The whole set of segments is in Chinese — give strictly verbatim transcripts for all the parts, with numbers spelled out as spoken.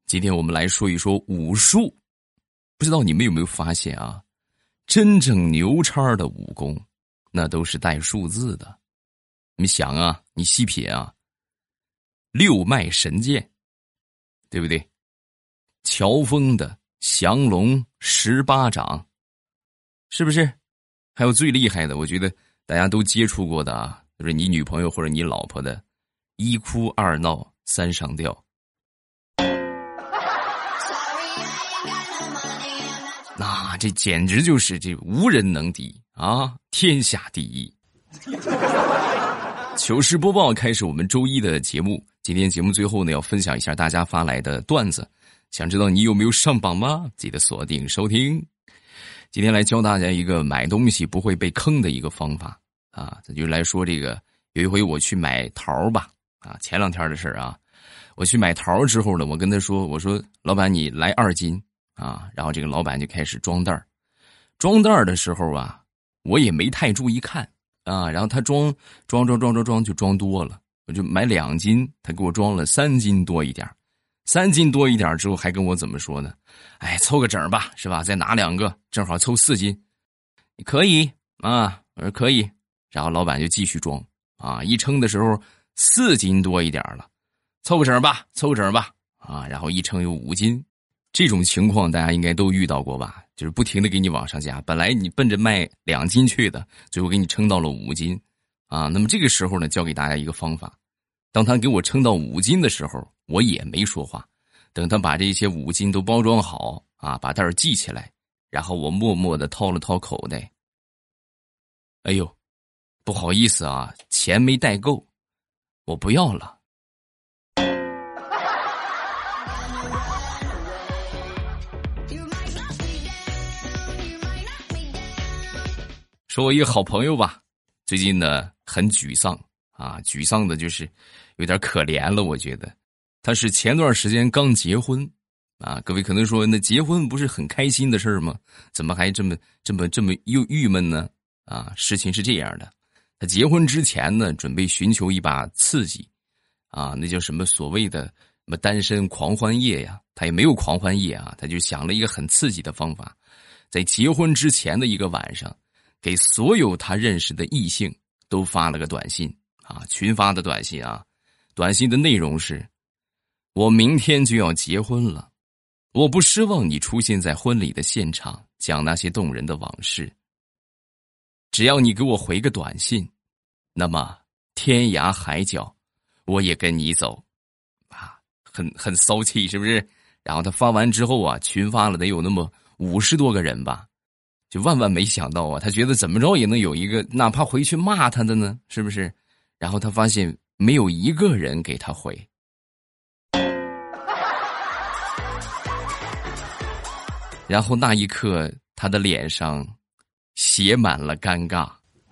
今天我们来说一说武术。不知道你们有没有发现啊，真正牛叉的武功那都是带数字的。你想啊，你细品啊，六脉神剑，对不对？乔峰的降龙十八掌，是不是？还有最厉害的，我觉得大家都接触过的啊，就是你女朋友或者你老婆的一哭二闹三上吊。那这简直就是这无人能敌啊，天下第一。糗事播报开始我们周一的节目，今天节目最后呢要分享一下大家发来的段子，想知道你有没有上榜吗？记得锁定收听。今天来教大家一个买东西不会被坑的一个方法啊，咱就来说这个，有一回我去买桃吧，啊，前两天的事啊，我去买桃之后呢，我跟他说，我说老板你来二斤啊，然后这个老板就开始装袋装袋的时候啊，我也没太注意看啊，然后他装装装装装装就装多了，我就买两斤，他给我装了三斤多一点，三斤多一点之后还跟我怎么说呢？哎，凑个整吧，是吧？再拿两个，正好凑四斤，可以啊，我说可以。然后老板就继续装啊，一称的时候四斤多一点了，凑个整吧，凑个整吧啊，然后一称有五斤。这种情况大家应该都遇到过吧？就是不停的给你往上加，本来你奔着卖两斤去的，最后给你称到了五斤啊。那么这个时候呢，教给大家一个方法，当他给我称到五斤的时候，我也没说话，等他把这些五斤都包装好啊，把袋儿系起来，然后我默默的掏了掏口袋，哎呦，不好意思啊，钱没带够，我不要了。说我一个好朋友吧，最近呢很沮丧啊，沮丧的就是有点可怜了，我觉得他是前段时间刚结婚啊，各位可能说那结婚不是很开心的事吗？怎么还这么这么这么又郁闷呢？啊，事情是这样的，他结婚之前呢准备寻求一把刺激啊，那叫什么所谓的什么单身狂欢夜呀，他也没有狂欢夜啊，他就想了一个很刺激的方法，在结婚之前的一个晚上，给所有他认识的异性都发了个短信啊，群发的短信啊，短信的内容是：我明天就要结婚了，我不奢望你出现在婚礼的现场讲那些动人的往事，只要你给我回个短信，那么天涯海角我也跟你走啊，很很骚气是不是？然后他发完之后啊，群发了得有那么五十多个人吧，就万万没想到啊，他觉得怎么着也能有一个哪怕回去骂他的呢，是不是？然后他发现没有一个人给他回。然后那一刻他的脸上写满了尴尬。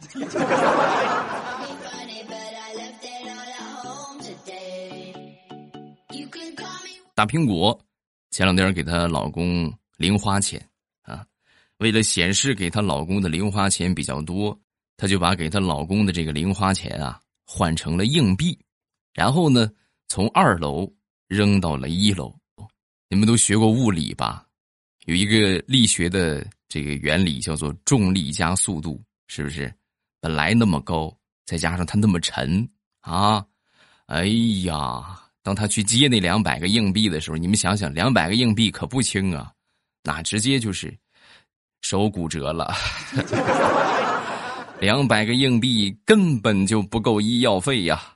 大苹果前两天给她老公零花钱啊，为了显示给她老公的零花钱比较多，她就把给她老公的这个零花钱啊换成了硬币，然后呢从二楼扔到了一楼。你们都学过物理吧？有一个力学的这个原理叫做重力加速度，是不是？本来那么高，再加上它那么沉啊，哎呀，当他去接那两百个硬币的时候，你们想想，两百个硬币可不轻啊，那直接就是手骨折了。两百个硬币根本就不够医药费呀。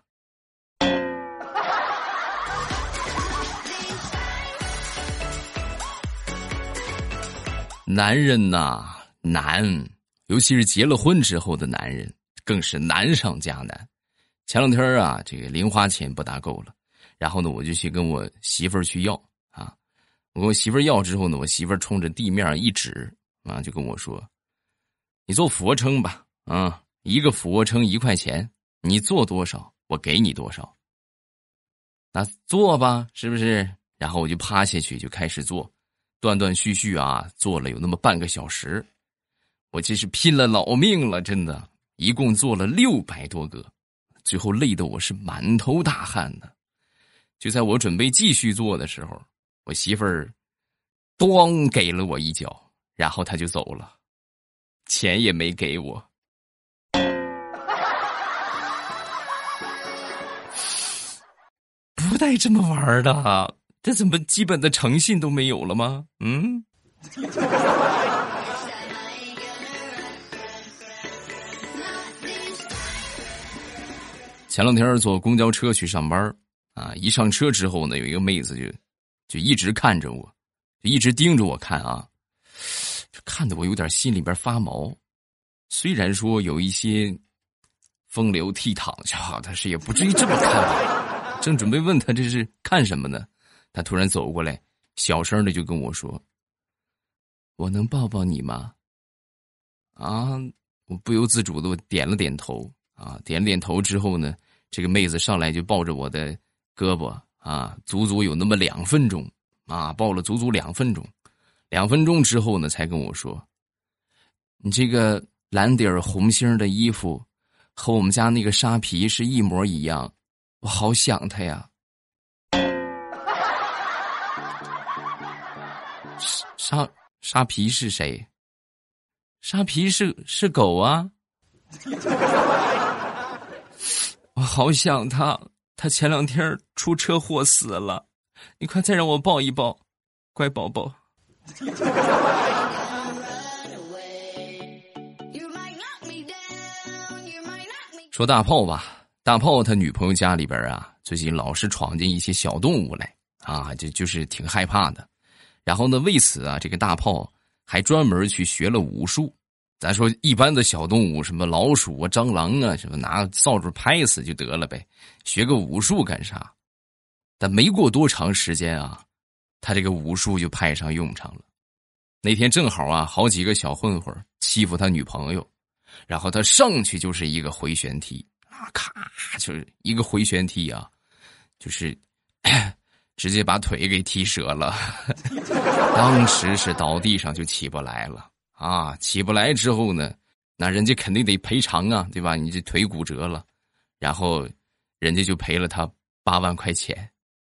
男人呐，难，尤其是结了婚之后的男人，更是难上加难。前两天啊，这个零花钱不大够了，然后呢，我就去跟我媳妇儿去要啊。我跟我媳妇儿要之后呢，我媳妇儿冲着地面一指啊，就跟我说：“你做俯卧撑吧，啊，一个俯卧撑一块钱，你做多少，我给你多少。”那做吧，是不是？然后我就趴下去就开始做。断断续续啊，做了有那么半个小时，我这是拼了老命了，真的，一共做了六百多个，最后累得我是满头大汗的。就在我准备继续做的时候， 我媳妇儿咣给了我一脚，然后她就走了，钱也没给我。不带这么玩的，这怎么基本的诚信都没有了吗？嗯。前两天坐公交车去上班啊，一上车之后呢，有一个妹子就就一直看着我，就一直盯着我看啊，就看得我有点心里边发毛。虽然说有一些风流倜傥，但是也不至于这么看吧。正准备问他这是看什么呢，他突然走过来，小声的就跟我说：“我能抱抱你吗？”啊，我不由自主的我点了点头啊，点了点头之后呢，这个妹子上来就抱着我的胳膊啊，足足有那么两分钟啊，抱了足足两分钟，两分钟之后呢，才跟我说：“你这个蓝底儿红星的衣服和我们家那个沙皮是一模一样。”我好想他呀！沙沙皮是谁？沙皮是是狗啊！我好想他，他前两天出车祸死了，你快再让我抱一抱，乖宝宝。说大炮吧。大炮他女朋友家里边啊，最近老是闯进一些小动物来啊，就就是挺害怕的。然后呢，为此啊，这个大炮还专门去学了武术。咱说一般的小动物，什么老鼠啊、蟑螂啊，什么拿扫帚拍死就得了呗，学个武术干啥？但没过多长时间啊，他这个武术就派上用场了。那天正好啊，好几个小混混欺负他女朋友，然后他上去就是一个回旋踢。啊，咔，就是一个回旋踢啊，就是直接把腿给踢折了。当时是倒地上就起不来了啊，起不来之后呢，那人家肯定得赔偿啊，对吧？你这腿骨折了，然后人家就赔了他八万块钱，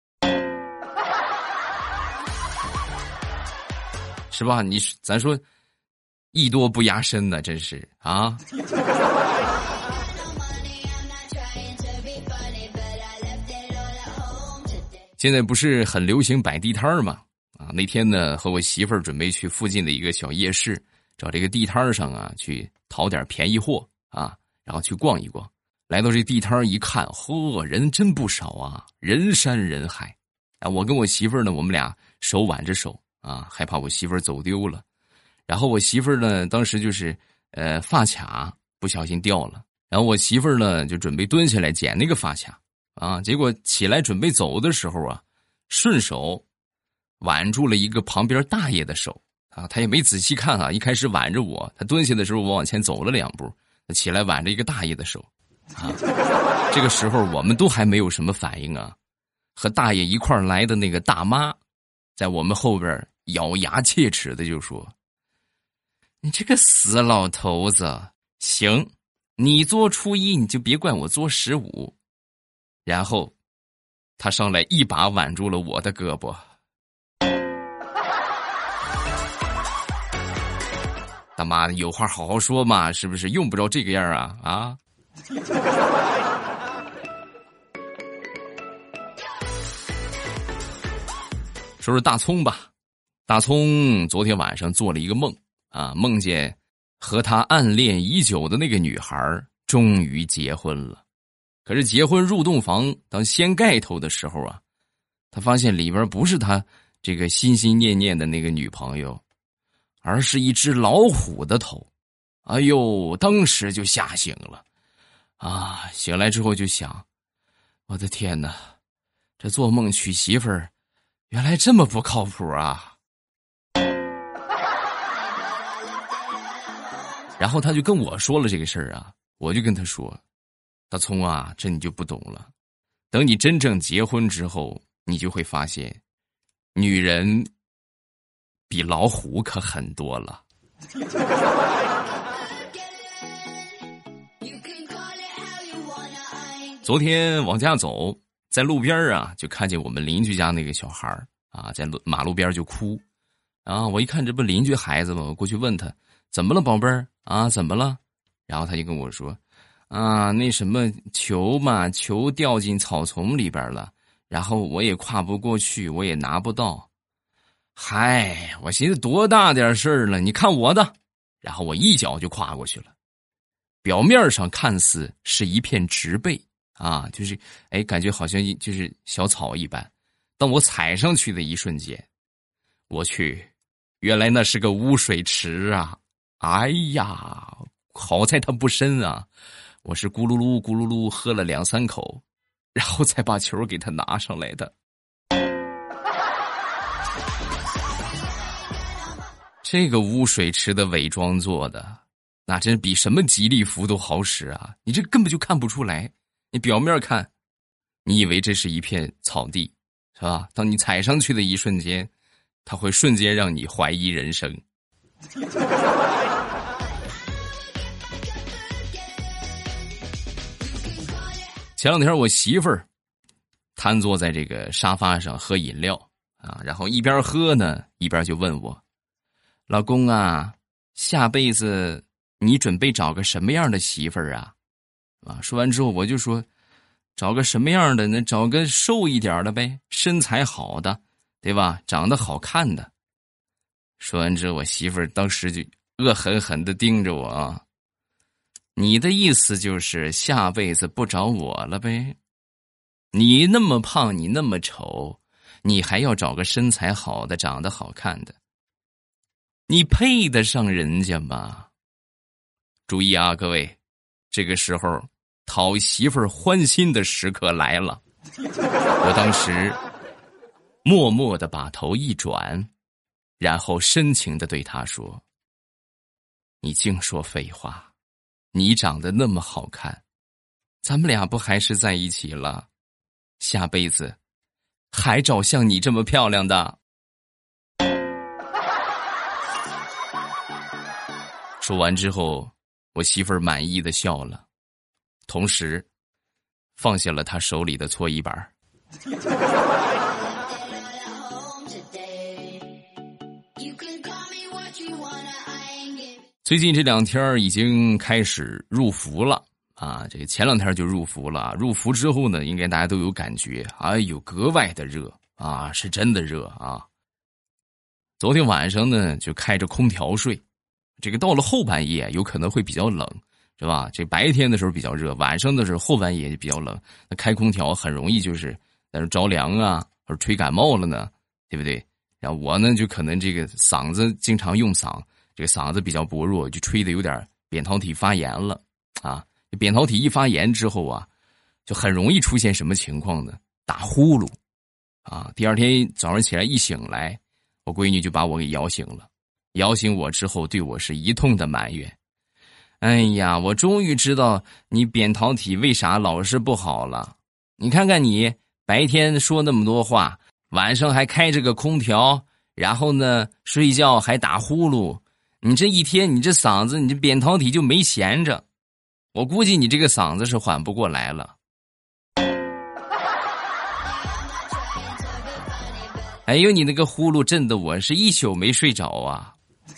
是吧？你咱说艺多不压身呢，真是啊。现在不是很流行摆地摊吗？啊，那天呢和我媳妇儿准备去附近的一个小夜市，找这个地摊上啊去淘点便宜货啊，然后去逛一逛。来到这地摊一看，嚯，人真不少啊，人山人海啊！我跟我媳妇儿呢，我们俩手挽着手啊，害怕我媳妇儿走丢了。然后我媳妇儿呢，当时就是呃发卡不小心掉了，然后我媳妇儿呢就准备蹲下来捡那个发卡。啊！结果起来准备走的时候啊，顺手挽住了一个旁边大爷的手啊，他也没仔细看啊，一开始挽着我，他蹲下的时候我往前走了两步，他起来挽着一个大爷的手啊。这个时候我们都还没有什么反应啊，和大爷一块儿来的那个大妈，在我们后边咬牙切齿的就说：“你这个死老头子，行，你做初一你就别怪我做十五。”然后他上来一把挽住了我的胳膊。大妈的，有话好好说嘛，是不是？用不着这个样啊啊！说说大葱吧，大葱昨天晚上做了一个梦啊，梦见和他暗恋已久的那个女孩终于结婚了。可是结婚入洞房当掀盖头的时候啊，他发现里边不是他这个心心念念的那个女朋友，而是一只老虎的头。哎呦，当时就吓醒了啊！醒来之后就想，我的天哪，这做梦娶媳妇儿原来这么不靠谱啊！然后他就跟我说了这个事儿啊，我就跟他说，大葱啊，这你就不懂了。等你真正结婚之后，你就会发现，女人比老虎可狠多了。昨天往家走，在路边啊，就看见我们邻居家那个小孩啊，在马路边就哭。啊，我一看这不邻居孩子吗？我过去问他怎么了，宝贝儿啊，怎么了？然后他就跟我说，啊，那什么球嘛，球掉进草丛里边了，然后我也跨不过去，我也拿不到。嗨，我寻思多大点事儿了，你看我的，然后我一脚就跨过去了。表面上看似是一片植被啊，就是哎，感觉好像就是小草一般。当我踩上去的一瞬间，我去，原来那是个污水池啊！哎呀，好在它不深啊，我是咕噜噜咕噜噜喝了两三口，然后才把球给它拿上来的。这个污水池的伪装做的，那真比什么吉利服都好使啊！你这根本就看不出来，你表面看，你以为这是一片草地，是吧？当你踩上去的一瞬间，它会瞬间让你怀疑人生。前两天我媳妇儿瘫坐在这个沙发上喝饮料啊，然后一边喝呢，一边就问我，老公啊，下辈子你准备找个什么样的媳妇儿啊？啊，说完之后我就说，找个什么样的呢？找个瘦一点的呗，身材好的，对吧？长得好看的。说完之后，我媳妇儿当时就恶狠狠地盯着我啊，你的意思就是下辈子不找我了呗？你那么胖，你那么丑，你还要找个身材好的，长得好看的？你配得上人家吗？注意啊，各位，这个时候讨媳妇儿欢心的时刻来了。我当时默默地把头一转，然后深情地对她说，你净说废话，你长得那么好看，咱们俩不还是在一起了？下辈子还找像你这么漂亮的。说完之后，我媳妇儿满意的笑了，同时放下了她手里的搓衣板。最近这两天已经开始入伏了啊，这个前两天就入伏了。入伏之后呢，应该大家都有感觉，哎呦，格外的热啊，是真的热啊。昨天晚上呢，就开着空调睡。这个到了后半夜有可能会比较冷，是吧？这白天的时候比较热，晚上的时候后半夜就比较冷。那开空调很容易就是在这着凉啊，或者吹感冒了呢，对不对？然后我呢就可能这个嗓子经常用嗓，这个嗓子比较薄弱，就吹的有点扁桃体发炎了啊。扁桃体一发炎之后啊，就很容易出现什么情况呢？打呼噜啊。第二天早上起来一醒来，我闺女就把我给摇醒了。摇醒我之后，对我是一通的埋怨。哎呀，我终于知道你扁桃体为啥老是不好了。你看看你，白天说那么多话，晚上还开着个空调，然后呢，睡觉还打呼噜。你这一天，你这嗓子，你这扁桃体就没闲着。我估计你这个嗓子是缓不过来了。哎呦，你那个呼噜震得我是一宿没睡着啊。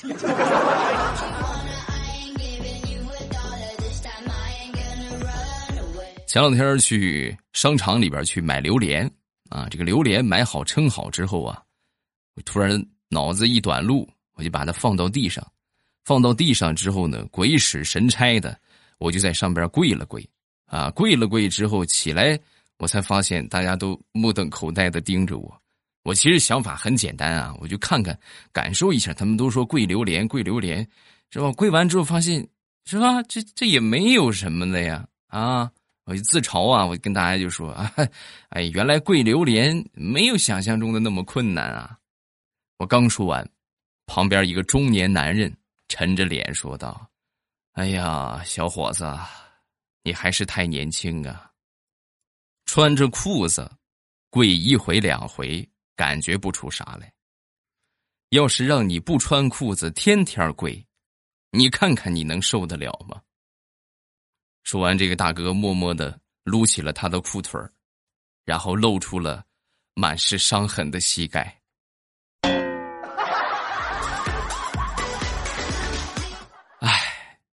前两天去商场里边去买榴莲啊，这个榴莲买好称好之后啊，我突然脑子一短路，我就把它放到地上。放到地上之后呢，鬼使神差的，我就在上边跪了跪啊，跪了跪之后起来，我才发现大家都目瞪口呆的盯着我。我其实想法很简单啊，我就看看感受一下，他们都说跪榴莲跪榴莲是吧？跪完之后发现是吧，这这也没有什么的呀啊，我就自嘲啊，我跟大家就说啊，哎，原来跪榴莲没有想象中的那么困难啊。我刚说完，旁边一个中年男人沉着脸说道，哎呀，小伙子，你还是太年轻啊，穿着裤子跪一回两回感觉不出啥来，要是让你不穿裤子天天跪，你看看你能受得了吗？说完，这个大哥默默地撸起了他的裤腿，然后露出了满是伤痕的膝盖。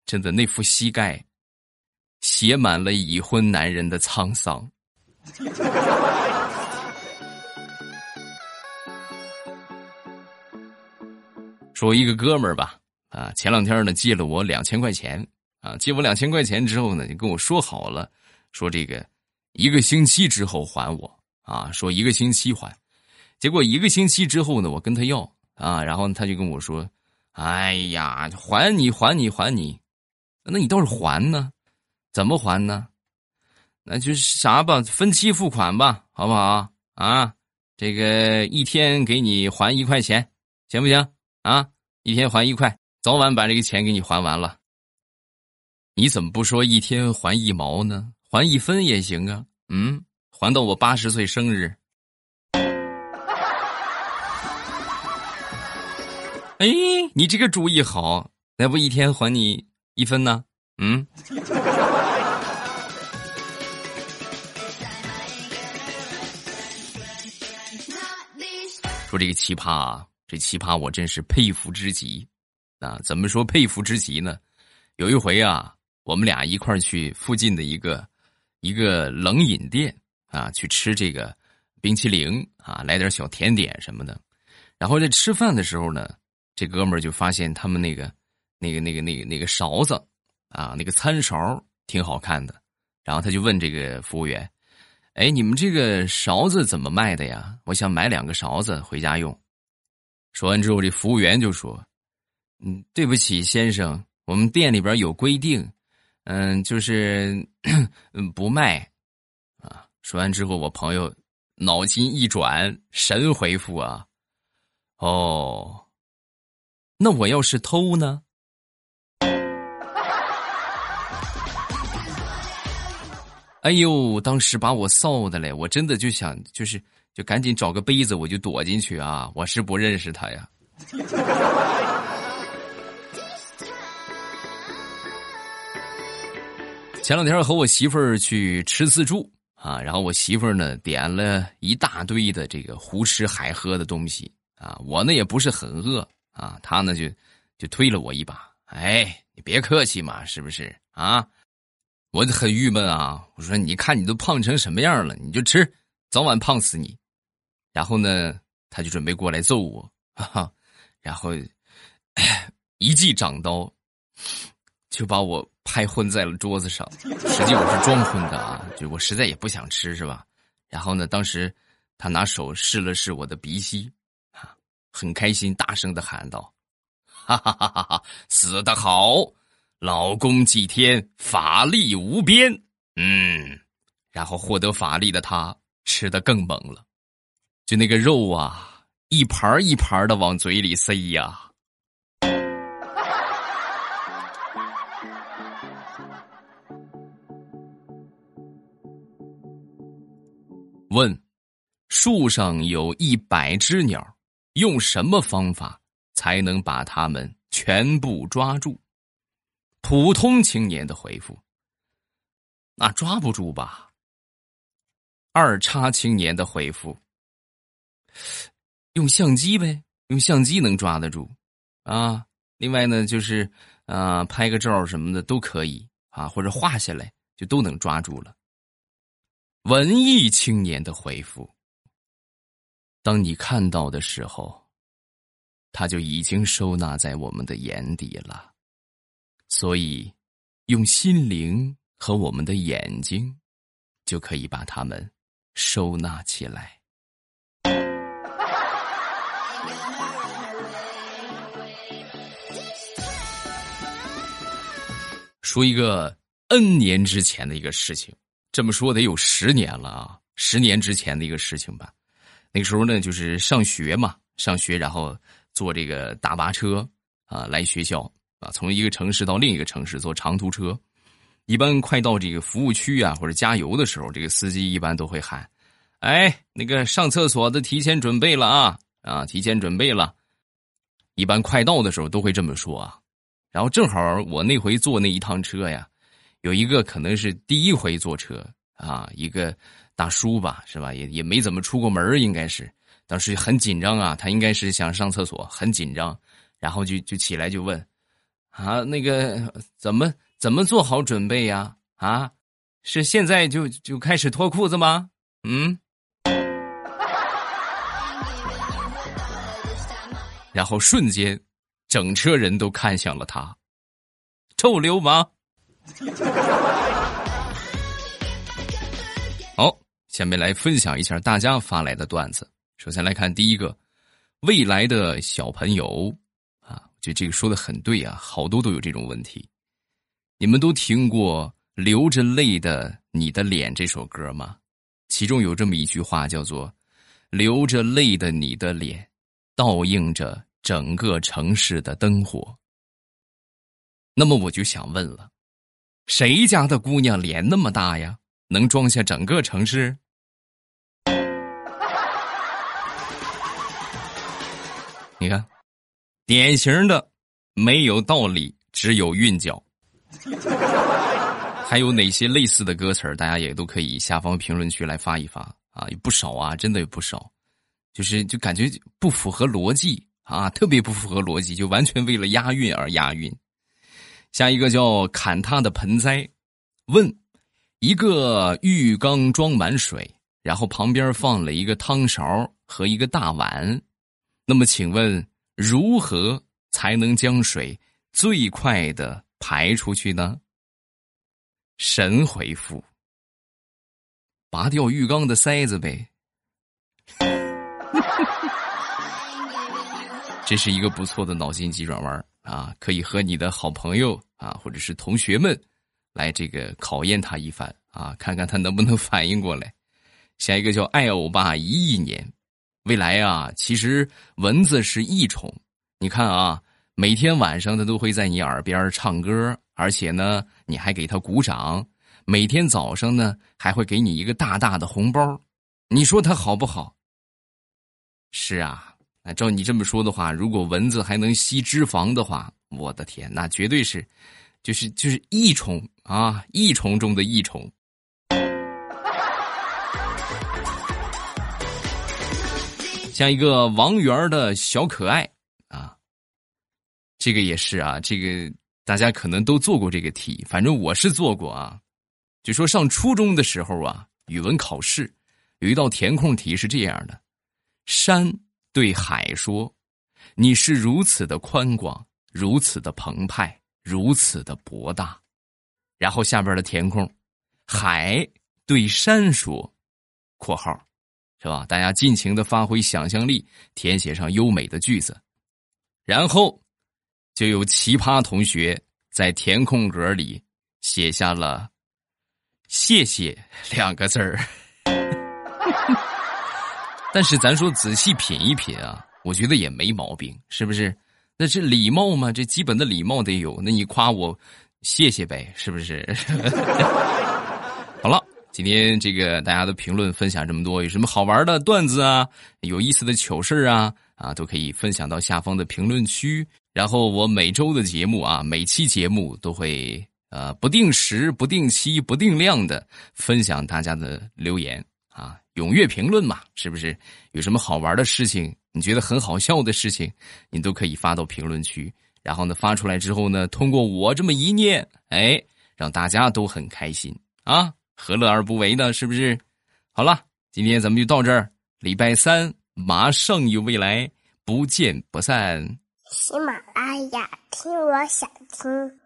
真的那副膝盖写满了已婚男人的沧桑。说我一个哥们儿吧，啊，前两天呢借了我两千块钱，啊，借我两千块钱之后呢，就跟我说好了，说这个一个星期之后还我，啊，说一个星期还。结果一个星期之后呢，我跟他要，啊，然后他就跟我说，哎呀，还你还你还你，那你倒是还呢？怎么还呢？那就是啥吧，分期付款吧，好不好？啊，这个一天给你还一块钱，行不行？啊，一天还一块，早晚把这个钱给你还完了。你怎么不说一天还一毛呢？还一分也行啊，嗯，还到我八十岁生日。哎，你这个主意好，那不一天还你一分呢？嗯。说这个奇葩啊，这奇葩我真是佩服之极啊！怎么说佩服之极呢？有一回啊，我们俩一块儿去附近的一个一个冷饮店啊，去吃这个冰淇淋啊，来点小甜点什么的。然后在吃饭的时候呢，这哥们儿就发现他们那个那个那个那个那个勺子啊，那个餐勺挺好看的。然后他就问这个服务员，哎，你们这个勺子怎么卖的呀？我想买两个勺子回家用。说完之后，这服务员就说，嗯，对不起先生，我们店里边有规定，嗯，就是嗯不卖啊。说完之后，我朋友脑筋一转，神回复啊，哦，那我要是偷呢？哎呦，当时把我臊的嘞，我真的就想就是就赶紧找个杯子我就躲进去啊，我是不认识他呀。前两天和我媳妇儿去吃自助啊，然后我媳妇儿呢点了一大堆的这个胡吃海喝的东西啊，我呢也不是很饿啊，她呢就就推了我一把，哎，你别客气嘛，是不是啊？我就很郁闷啊，我说你看你都胖成什么样了，你就吃，早晚胖死你。然后呢，他就准备过来揍我，哈哈，然后一记掌刀就把我拍昏在了桌子上。实际我是装昏的啊，就我实在也不想吃，是吧？然后呢，当时他拿手试了试我的鼻息，啊，很开心，大声的喊道：“哈哈哈哈哈，死得好！老公祭天，法力无边。”嗯，然后获得法力的他吃得更猛了，就那个肉啊，一盘一盘的往嘴里塞呀。问：树上有一百只鸟，用什么方法才能把它们全部抓住？普通青年的回复：那抓不住吧。二叉青年的回复：用相机呗，用相机能抓得住啊。另外呢，就是啊，拍个照什么的都可以啊，或者画下来就都能抓住了。文艺青年的回复：当你看到的时候，它就已经收纳在我们的眼底了。所以，用心灵和我们的眼睛，就可以把它们收纳起来。说一个 N 年之前的一个事情，这么说得有十年了啊，十年之前的一个事情吧。那个时候呢，就是上学嘛，上学然后坐这个大巴车啊来学校。啊，从一个城市到另一个城市坐长途车，一般快到这个服务区啊或者加油的时候，这个司机一般都会喊：“哎，那个上厕所的提前准备了啊啊，提前准备了。”一般快到的时候都会这么说啊。然后正好我那回坐那一趟车呀，有一个可能是第一回坐车啊，一个大叔吧，是吧？也也没怎么出过门，应该是当时很紧张啊，他应该是想上厕所，很紧张，然后就就起来就问。 啊，那个怎么怎么做好准备呀？啊，是现在就就开始脱裤子吗？嗯。然后瞬间，整车人都看向了他，臭流氓。好，下面来分享一下大家发来的段子。首先来看第一个，未来的小朋友啊，我觉得这个说的很对啊，好多都有这种问题。你们都听过《流着泪的你的脸》这首歌吗？其中有这么一句话叫做流着泪的你的脸倒映着整个城市的灯火。那么我就想问了，谁家的姑娘脸那么大呀，能装下整个城市？你看，典型的没有道理，只有韵脚。还有哪些类似的歌词儿，大家也都可以下方评论区来发一发啊，有不少啊，真的有不少，就是就感觉不符合逻辑啊，特别不符合逻辑，就完全为了押韵而押韵。下一个叫砍他的盆栽，问一个浴缸装满水，然后旁边放了一个汤勺和一个大碗，那么请问如何才能将水最快的排出去呢？神回复：拔掉浴缸的塞子呗。这是一个不错的脑筋急转弯啊，可以和你的好朋友啊，或者是同学们来这个考验他一番啊，看看他能不能反应过来。下一个叫爱欧巴一亿年，未来啊，其实蚊子是益虫，你看啊，每天晚上他都会在你耳边唱歌，而且呢，你还给他鼓掌。每天早上呢，还会给你一个大大的红包。你说他好不好？是啊，那照你这么说的话，如果蚊子还能吸脂肪的话，我的天，那绝对是，就是就是益虫啊，益虫中的益虫。像一个王源的小可爱啊，这个也是啊，这个大家可能都做过这个题，反正我是做过啊。就说上初中的时候啊，语文考试有一道填空题是这样的：山对海说，你是如此的宽广，如此的澎湃，如此的博大。然后下边的填空，海对山说（括号）是吧？大家尽情的发挥想象力，填写上优美的句子。然后就有奇葩同学在填空格里写下了谢谢两个字儿。但是咱说仔细品一品啊，我觉得也没毛病，是不是？那是礼貌嘛，这基本的礼貌得有。那你夸我谢谢呗，是不是？好了，今天这个大家的评论分享这么多，有什么好玩的段子啊，有意思的糗事啊啊，都可以分享到下方的评论区。然后我每周的节目啊，每期节目都会呃不定时、不定期、不定量的分享大家的留言啊，踊跃评论嘛，是不是？有什么好玩的事情，你觉得很好笑的事情，你都可以发到评论区。然后呢，发出来之后呢，通过我这么一念，哎，让大家都很开心啊，何乐而不为呢？是不是？好了，今天咱们就到这儿，礼拜三马上有未来，不见不散。 喜马拉雅，听我想听。